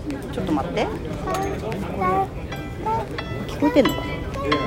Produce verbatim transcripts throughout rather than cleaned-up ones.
ちょっと待って、聞こえてんのかな。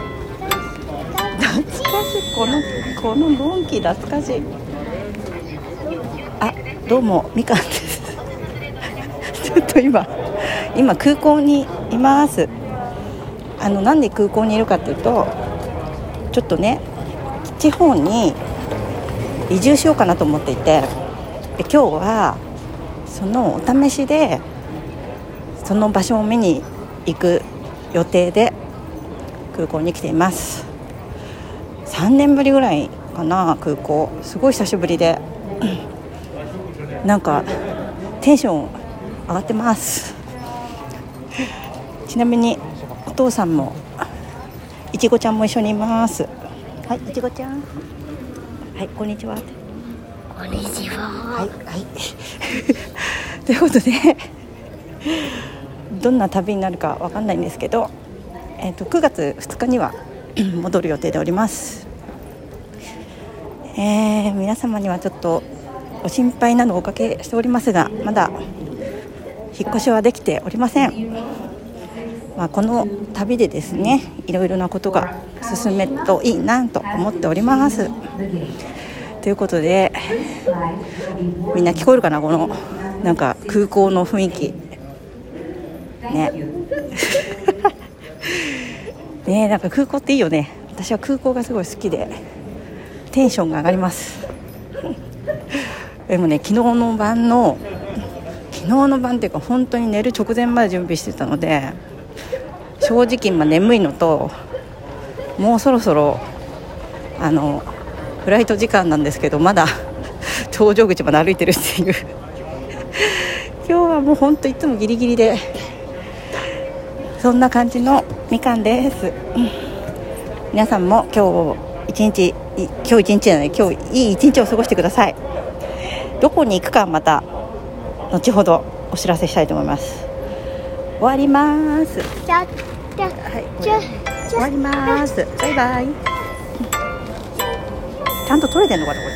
懐かしい、このこのドンキ懐かしい。あ、どうもみかんですちょっと今今空港にいます。あのなんで空港にいるかっていうと、ちょっとね地方に移住しようかなと思っていて、で今日はそのお試しでその場所を見に行く予定で空港に来ています。さんねんぶりぐらいかな、空港すごい久しぶりでなんかテンション上がってます。ちなみにお父さんもいちごちゃんも一緒にいます。はい、いちごちゃん、はい、こんにちは。 こんにちは。 はいはいということでどんな旅になるかわかんないんですけど、えーと、くがつふつかには戻る予定でおります。えー、皆様にはちょっとお心配なのをおかけしておりますが、まだ引っ越しはできておりません。まあ、この旅でですね、いろいろなことが進めるといいなと思っております。ということで、みんな聞こえるかな、このなんか空港の雰囲気ねね、なんか空港っていいよね。私は空港がすごい好きでテンションが上がりますでもね、昨日の晩の昨日の晩っていうか本当に寝る直前まで準備してたので、正直今眠いのと、もうそろそろあのフライト時間なんですけど、まだ搭乗口まで歩いてるっていう今日はもう本当いつもギリギリで、そんな感じのみかんです、うん、皆さんも今日一日今日一日じゃない今日いい一日を過ごしてください。どこに行くかまた後ほどお知らせしたいと思います。終わります。 じゃじゃはい、 じゃ終わります。バイバイ。ちゃんと撮れてんのかなこれ。